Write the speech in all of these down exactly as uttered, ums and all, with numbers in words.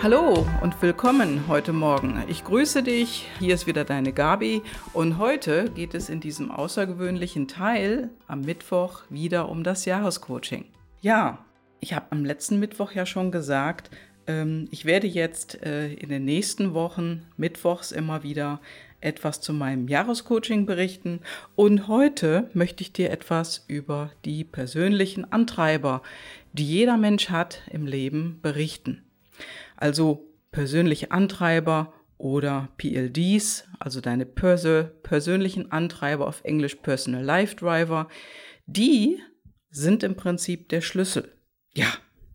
Hallo und willkommen heute Morgen. Ich grüße dich, hier ist wieder deine Gabi und heute geht es in diesem außergewöhnlichen Teil am Mittwoch wieder um das Jahrescoaching. Ja, ich habe am letzten Mittwoch ja schon gesagt, ähm, ich werde jetzt äh, in den nächsten Wochen mittwochs immer wieder etwas zu meinem Jahrescoaching berichten und heute möchte ich dir etwas über die persönlichen Antreiber, die jeder Mensch hat im Leben, berichten. Also persönliche Antreiber oder P L Ds, also deine Perse, persönlichen Antreiber, auf Englisch Personal Life Driver, die sind im Prinzip der Schlüssel. Ja,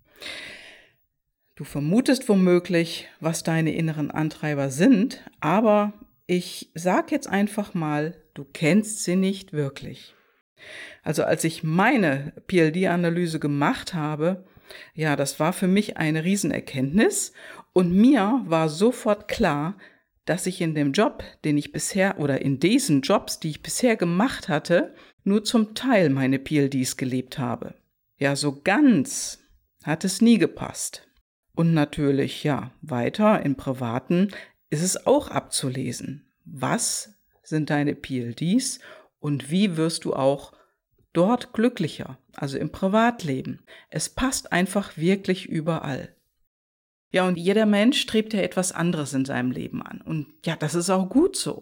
du vermutest womöglich, was deine inneren Antreiber sind, aber ich sag jetzt einfach mal, du kennst sie nicht wirklich. Also als ich meine P L D-Analyse gemacht habe, ja, das war für mich eine Riesenerkenntnis und mir war sofort klar, dass ich in dem Job, den ich bisher oder in diesen Jobs, die ich bisher gemacht hatte, nur zum Teil meine P L Ds gelebt habe. Ja, so ganz hat es nie gepasst. Und natürlich, ja, weiter im Privaten ist es auch abzulesen. Was sind deine P L Ds und wie wirst du auch dort glücklicher, also im Privatleben. Es passt einfach wirklich überall. Ja, und jeder Mensch strebt ja etwas anderes in seinem Leben an. Und ja, das ist auch gut so.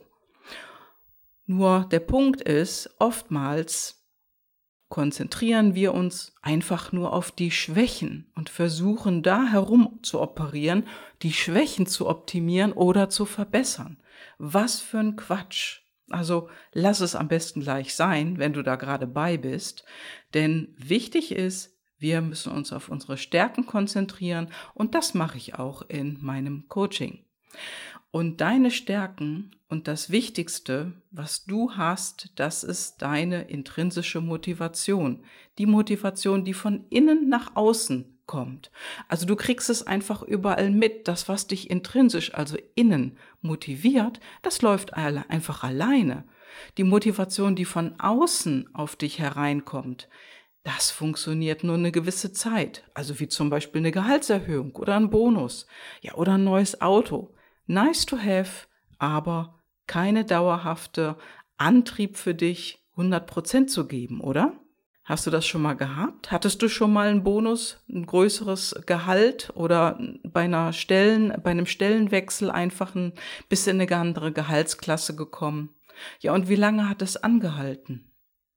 Nur der Punkt ist, oftmals konzentrieren wir uns einfach nur auf die Schwächen und versuchen da herum zu operieren, die Schwächen zu optimieren oder zu verbessern. Was für ein Quatsch. Also lass es am besten gleich sein, wenn du da gerade bei bist, denn wichtig ist, wir müssen uns auf unsere Stärken konzentrieren und das mache ich auch in meinem Coaching. Und deine Stärken und das Wichtigste, was du hast, das ist deine intrinsische Motivation. Die Motivation, die von innen nach außen kommt. Also du kriegst es einfach überall mit. Das, was dich intrinsisch, also innen motiviert, das läuft einfach alleine. Die Motivation, die von außen auf dich hereinkommt, das funktioniert nur eine gewisse Zeit. Also wie zum Beispiel eine Gehaltserhöhung oder ein Bonus, ja, oder ein neues Auto. Nice to have, aber keine dauerhafte Antrieb für dich, hundert Prozent zu geben, oder? Hast du das schon mal gehabt? Hattest du schon mal einen Bonus, ein größeres Gehalt oder bei einer Stellen, bei einem Stellenwechsel einfach ein bisschen in eine andere Gehaltsklasse gekommen? Ja, und wie lange hat es angehalten?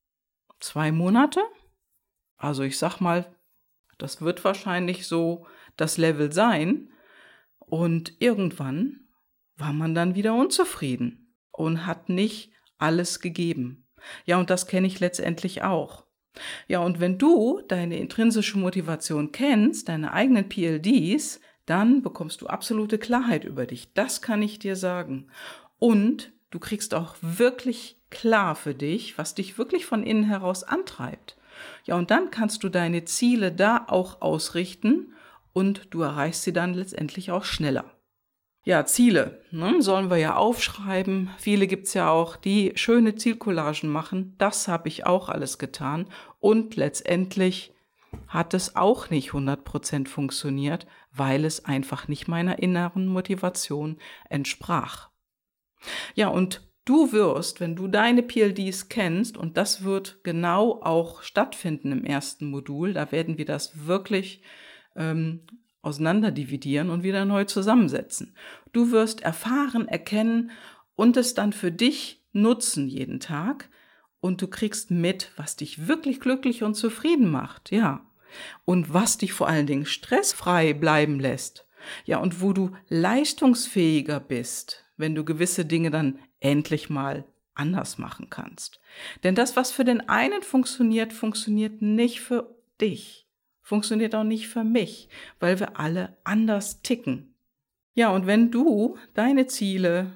Zwei Monate? Also ich sag mal, das wird wahrscheinlich so das Level sein. Und irgendwann war man dann wieder unzufrieden und hat nicht alles gegeben. Ja, und das kenne ich letztendlich auch. Ja, und wenn du deine intrinsische Motivation kennst, deine eigenen P L Ds, dann bekommst du absolute Klarheit über dich. Das kann ich dir sagen. Und du kriegst auch wirklich klar für dich, was dich wirklich von innen heraus antreibt. Ja, und dann kannst du deine Ziele da auch ausrichten und du erreichst sie dann letztendlich auch schneller. Ja, Ziele, ne, sollen wir ja aufschreiben. Viele gibt's ja auch, die schöne Zielcollagen machen. Das habe ich auch alles getan. Und letztendlich hat es auch nicht hundert Prozent funktioniert, weil es einfach nicht meiner inneren Motivation entsprach. Ja, und du wirst, wenn du deine P L Ds kennst, und das wird genau auch stattfinden im ersten Modul, da werden wir das wirklich ähm, auseinanderdividieren und wieder neu zusammensetzen. Du wirst erfahren, erkennen und es dann für dich nutzen jeden Tag und du kriegst mit, was dich wirklich glücklich und zufrieden macht, ja. Und was dich vor allen Dingen stressfrei bleiben lässt. Ja, und wo du leistungsfähiger bist, wenn du gewisse Dinge dann endlich mal anders machen kannst. Denn das, was für den einen funktioniert, funktioniert nicht für dich. Funktioniert auch nicht für mich, weil wir alle anders ticken. Ja, und wenn du deine Ziele,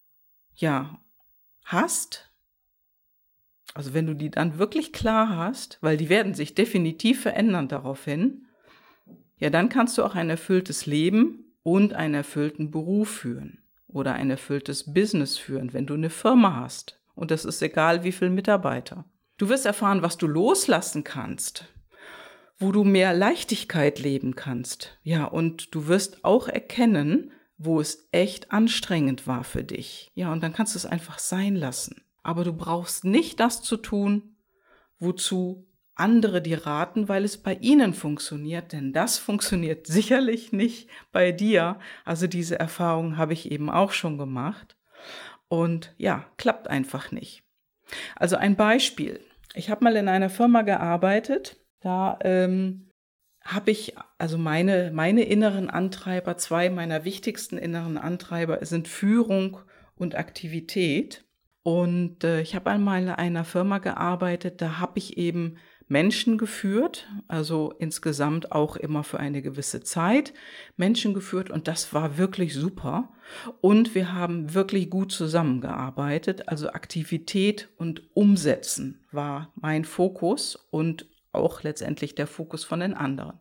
ja, hast, also wenn du die dann wirklich klar hast, weil die werden sich definitiv verändern daraufhin, ja, dann kannst du auch ein erfülltes Leben und einen erfüllten Beruf führen oder ein erfülltes Business führen, wenn du eine Firma hast. Und das ist egal, wie viele Mitarbeiter. Du wirst erfahren, was du loslassen kannst, wo du mehr Leichtigkeit leben kannst. Ja, und du wirst auch erkennen, wo es echt anstrengend war für dich. Ja, und dann kannst du es einfach sein lassen. Aber du brauchst nicht das zu tun, wozu andere dir raten, weil es bei ihnen funktioniert, denn das funktioniert sicherlich nicht bei dir. Also diese Erfahrung habe ich eben auch schon gemacht. Und ja, klappt einfach nicht. Also ein Beispiel. Ich habe mal in einer Firma gearbeitet, da ähm, habe ich, also meine, meine inneren Antreiber, zwei meiner wichtigsten inneren Antreiber sind Führung und Aktivität. Und äh, ich habe einmal in einer Firma gearbeitet, da habe ich eben Menschen geführt, also insgesamt auch immer für eine gewisse Zeit Menschen geführt und das war wirklich super. Und wir haben wirklich gut zusammengearbeitet, also Aktivität und Umsetzen war mein Fokus und auch letztendlich der Fokus von den anderen.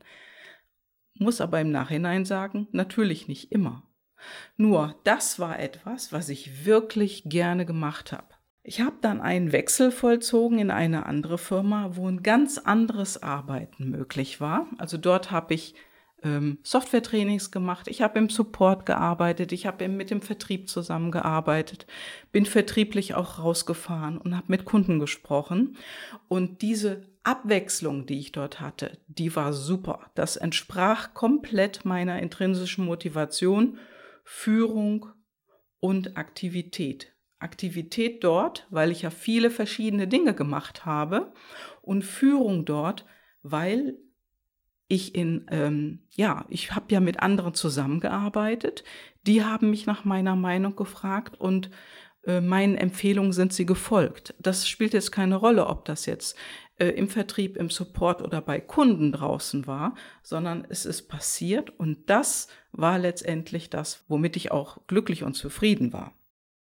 Muss aber im Nachhinein sagen, natürlich nicht immer. Nur das war etwas, was ich wirklich gerne gemacht habe. Ich habe dann einen Wechsel vollzogen in eine andere Firma, wo ein ganz anderes Arbeiten möglich war. Also dort habe ich ähm, Software-Trainings gemacht, ich habe im Support gearbeitet, ich habe mit dem Vertrieb zusammengearbeitet, bin vertrieblich auch rausgefahren und habe mit Kunden gesprochen. Und diese Abwechslung, die ich dort hatte, die war super. Das entsprach komplett meiner intrinsischen Motivation, Führung und Aktivität. Aktivität dort, weil ich ja viele verschiedene Dinge gemacht habe und Führung dort, weil ich in, ähm, ja, ich habe ja mit anderen zusammengearbeitet, die haben mich nach meiner Meinung gefragt und äh, meinen Empfehlungen sind sie gefolgt. Das spielt jetzt keine Rolle, ob das jetzt äh, im Vertrieb, im Support oder bei Kunden draußen war, sondern es ist passiert und das war letztendlich das, womit ich auch glücklich und zufrieden war.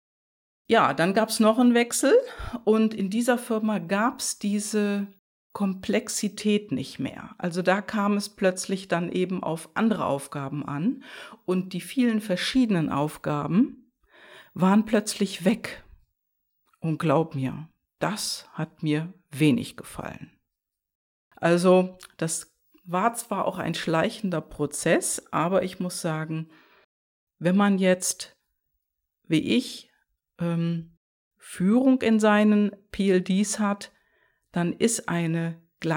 Ja, dann gab es noch einen Wechsel und in dieser Firma gab es diese Komplexität nicht mehr. Also da kam es plötzlich dann eben auf andere Aufgaben an und die vielen verschiedenen Aufgaben waren plötzlich weg. Und glaub mir, das hat mir wenig gefallen. Also das war zwar auch ein schleichender Prozess, aber ich muss sagen, wenn man jetzt, wie ich, ähm, Führung in seinen P L Ds hat, dann ist eine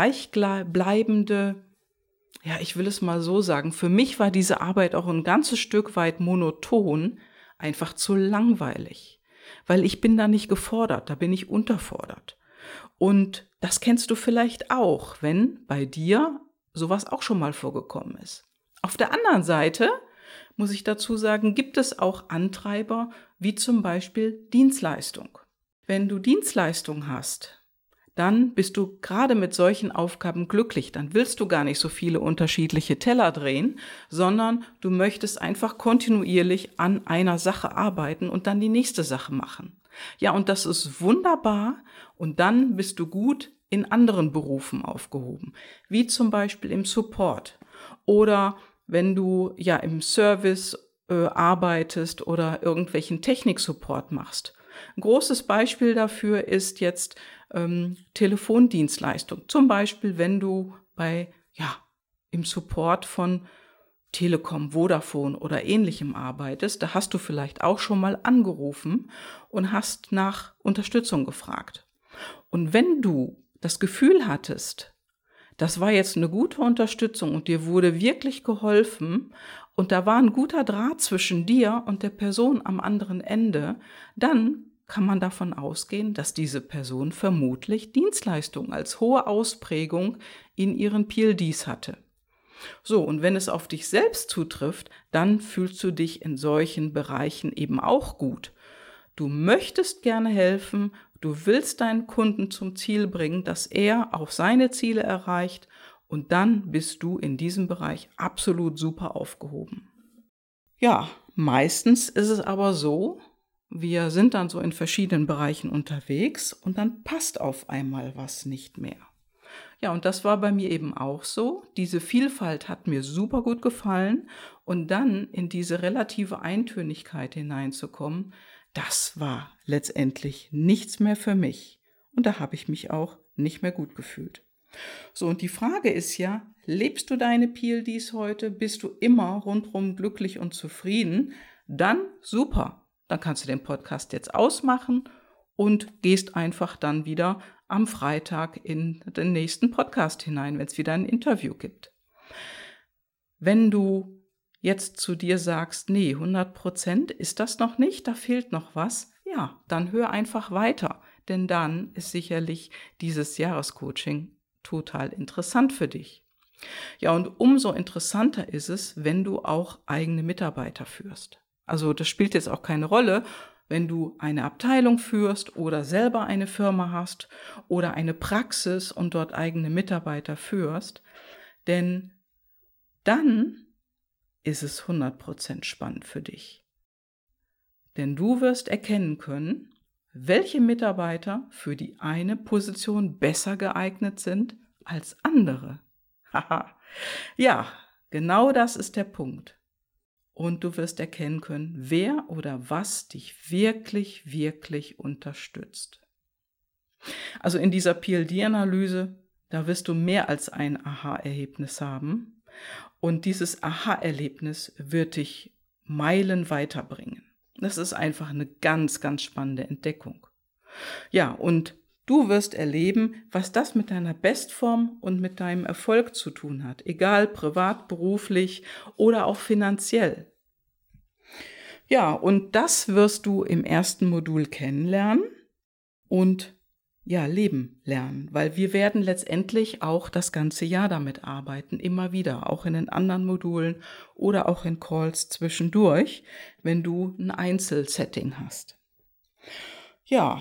gleichbleibende, ja, ich will es mal so sagen, für mich war diese Arbeit auch ein ganzes Stück weit monoton, einfach zu langweilig, weil ich bin da nicht gefordert, da bin ich unterfordert. Und das kennst du vielleicht auch, wenn bei dir sowas auch schon mal vorgekommen ist. Auf der anderen Seite muss ich dazu sagen, gibt es auch Antreiber, wie zum Beispiel Dienstleistung. Wenn du Dienstleistung hast, dann bist du gerade mit solchen Aufgaben glücklich. Dann willst du gar nicht so viele unterschiedliche Teller drehen, sondern du möchtest einfach kontinuierlich an einer Sache arbeiten und dann die nächste Sache machen. Ja, und das ist wunderbar und dann bist du gut in anderen Berufen aufgehoben, wie zum Beispiel im Support oder wenn du ja im Service äh, arbeitest oder irgendwelchen Techniksupport machst. Ein großes Beispiel dafür ist jetzt ähm, Telefondienstleistung. Zum Beispiel, wenn du bei, ja, im Support von Telekom, Vodafone oder ähnlichem arbeitest, da hast du vielleicht auch schon mal angerufen und hast nach Unterstützung gefragt. Und wenn du das Gefühl hattest, das war jetzt eine gute Unterstützung und dir wurde wirklich geholfen und da war ein guter Draht zwischen dir und der Person am anderen Ende, dann kann man davon ausgehen, dass diese Person vermutlich Dienstleistungen als hohe Ausprägung in ihren P L Ds hatte. So, und wenn es auf dich selbst zutrifft, dann fühlst du dich in solchen Bereichen eben auch gut. Du möchtest gerne helfen, du willst deinen Kunden zum Ziel bringen, dass er auch seine Ziele erreicht und dann bist du in diesem Bereich absolut super aufgehoben. Ja, meistens ist es aber so, wir sind dann so in verschiedenen Bereichen unterwegs und dann passt auf einmal was nicht mehr. Ja, und das war bei mir eben auch so. Diese Vielfalt hat mir super gut gefallen und dann in diese relative Eintönigkeit hineinzukommen, das war letztendlich nichts mehr für mich. Und da habe ich mich auch nicht mehr gut gefühlt. So, und die Frage ist ja, lebst du deine P L Ds heute? Bist du immer rundherum glücklich und zufrieden? Dann super. Dann kannst du den Podcast jetzt ausmachen und gehst einfach dann wieder am Freitag in den nächsten Podcast hinein, wenn es wieder ein Interview gibt. Wenn du jetzt zu dir sagst, nee, hundert Prozent ist das noch nicht, da fehlt noch was, ja, dann hör einfach weiter, denn dann ist sicherlich dieses Jahrescoaching total interessant für dich. Ja, und umso interessanter ist es, wenn du auch eigene Mitarbeiter führst. Also das spielt jetzt auch keine Rolle, wenn du eine Abteilung führst oder selber eine Firma hast oder eine Praxis und dort eigene Mitarbeiter führst, denn dann ist es hundert Prozent spannend für dich. Denn du wirst erkennen können, welche Mitarbeiter für die eine Position besser geeignet sind als andere. Haha. Ja, genau das ist der Punkt. Und du wirst erkennen können, wer oder was dich wirklich, wirklich unterstützt. Also in dieser P L D-Analyse, da wirst du mehr als ein Aha-Erlebnis haben. Und dieses Aha-Erlebnis wird dich Meilen weiterbringen. Das ist einfach eine ganz, ganz spannende Entdeckung. Ja, und du wirst erleben, was das mit deiner Bestform und mit deinem Erfolg zu tun hat, egal privat, beruflich oder auch finanziell. Ja, und das wirst du im ersten Modul kennenlernen und ja, leben lernen, weil wir werden letztendlich auch das ganze Jahr damit arbeiten, immer wieder, auch in den anderen Modulen oder auch in Calls zwischendurch, wenn du ein Einzelsetting hast. Ja,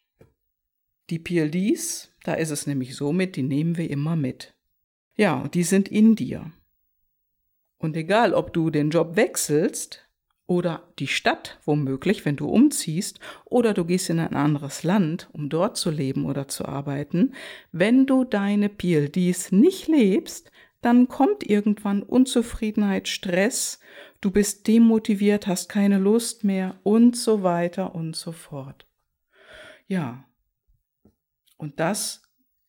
die P L Ds, da ist es nämlich so mit, die nehmen wir immer mit. Ja, und die sind in dir. Und egal, ob du den Job wechselst oder die Stadt womöglich, wenn du umziehst, oder du gehst in ein anderes Land, um dort zu leben oder zu arbeiten, wenn du deine P L Ds nicht lebst, dann kommt irgendwann Unzufriedenheit, Stress, du bist demotiviert, hast keine Lust mehr und so weiter und so fort. Ja, und das,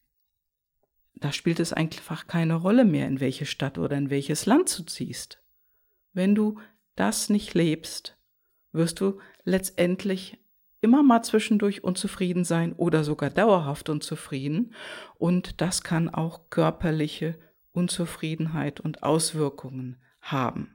da spielt es einfach keine Rolle mehr, in welche Stadt oder in welches Land du ziehst. Wenn du das nicht lebst, wirst du letztendlich immer mal zwischendurch unzufrieden sein oder sogar dauerhaft unzufrieden. Und das kann auch körperliche Unzufriedenheit und Auswirkungen haben.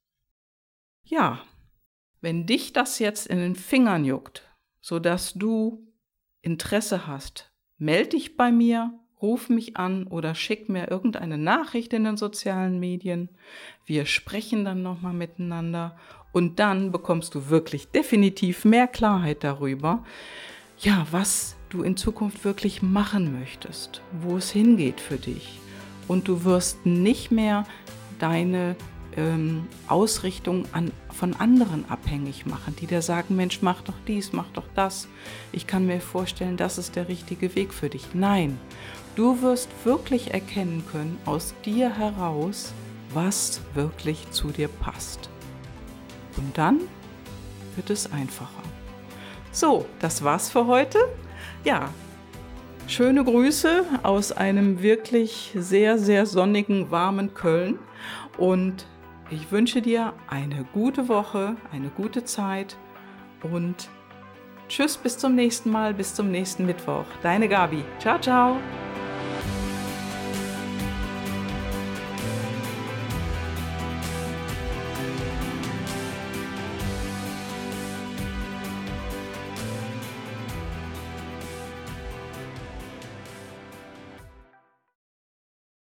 Ja, wenn dich das jetzt in den Fingern juckt, sodass du Interesse hast, melde dich bei mir, ruf mich an oder schick mir irgendeine Nachricht in den sozialen Medien. Wir sprechen dann nochmal miteinander und dann bekommst du wirklich definitiv mehr Klarheit darüber, ja, was du in Zukunft wirklich machen möchtest, wo es hingeht für dich. Und du wirst nicht mehr deine ähm, Ausrichtung an, von anderen abhängig machen, die dir sagen, Mensch, mach doch dies, mach doch das. Ich kann mir vorstellen, das ist der richtige Weg für dich. Nein, du wirst wirklich erkennen können aus dir heraus, was wirklich zu dir passt. Und dann wird es einfacher. So, das war's für heute. Ja, schöne Grüße aus einem wirklich sehr, sehr sonnigen, warmen Köln. Und ich wünsche dir eine gute Woche, eine gute Zeit und tschüss, bis zum nächsten Mal, bis zum nächsten Mittwoch. Deine Gabi. Ciao, ciao.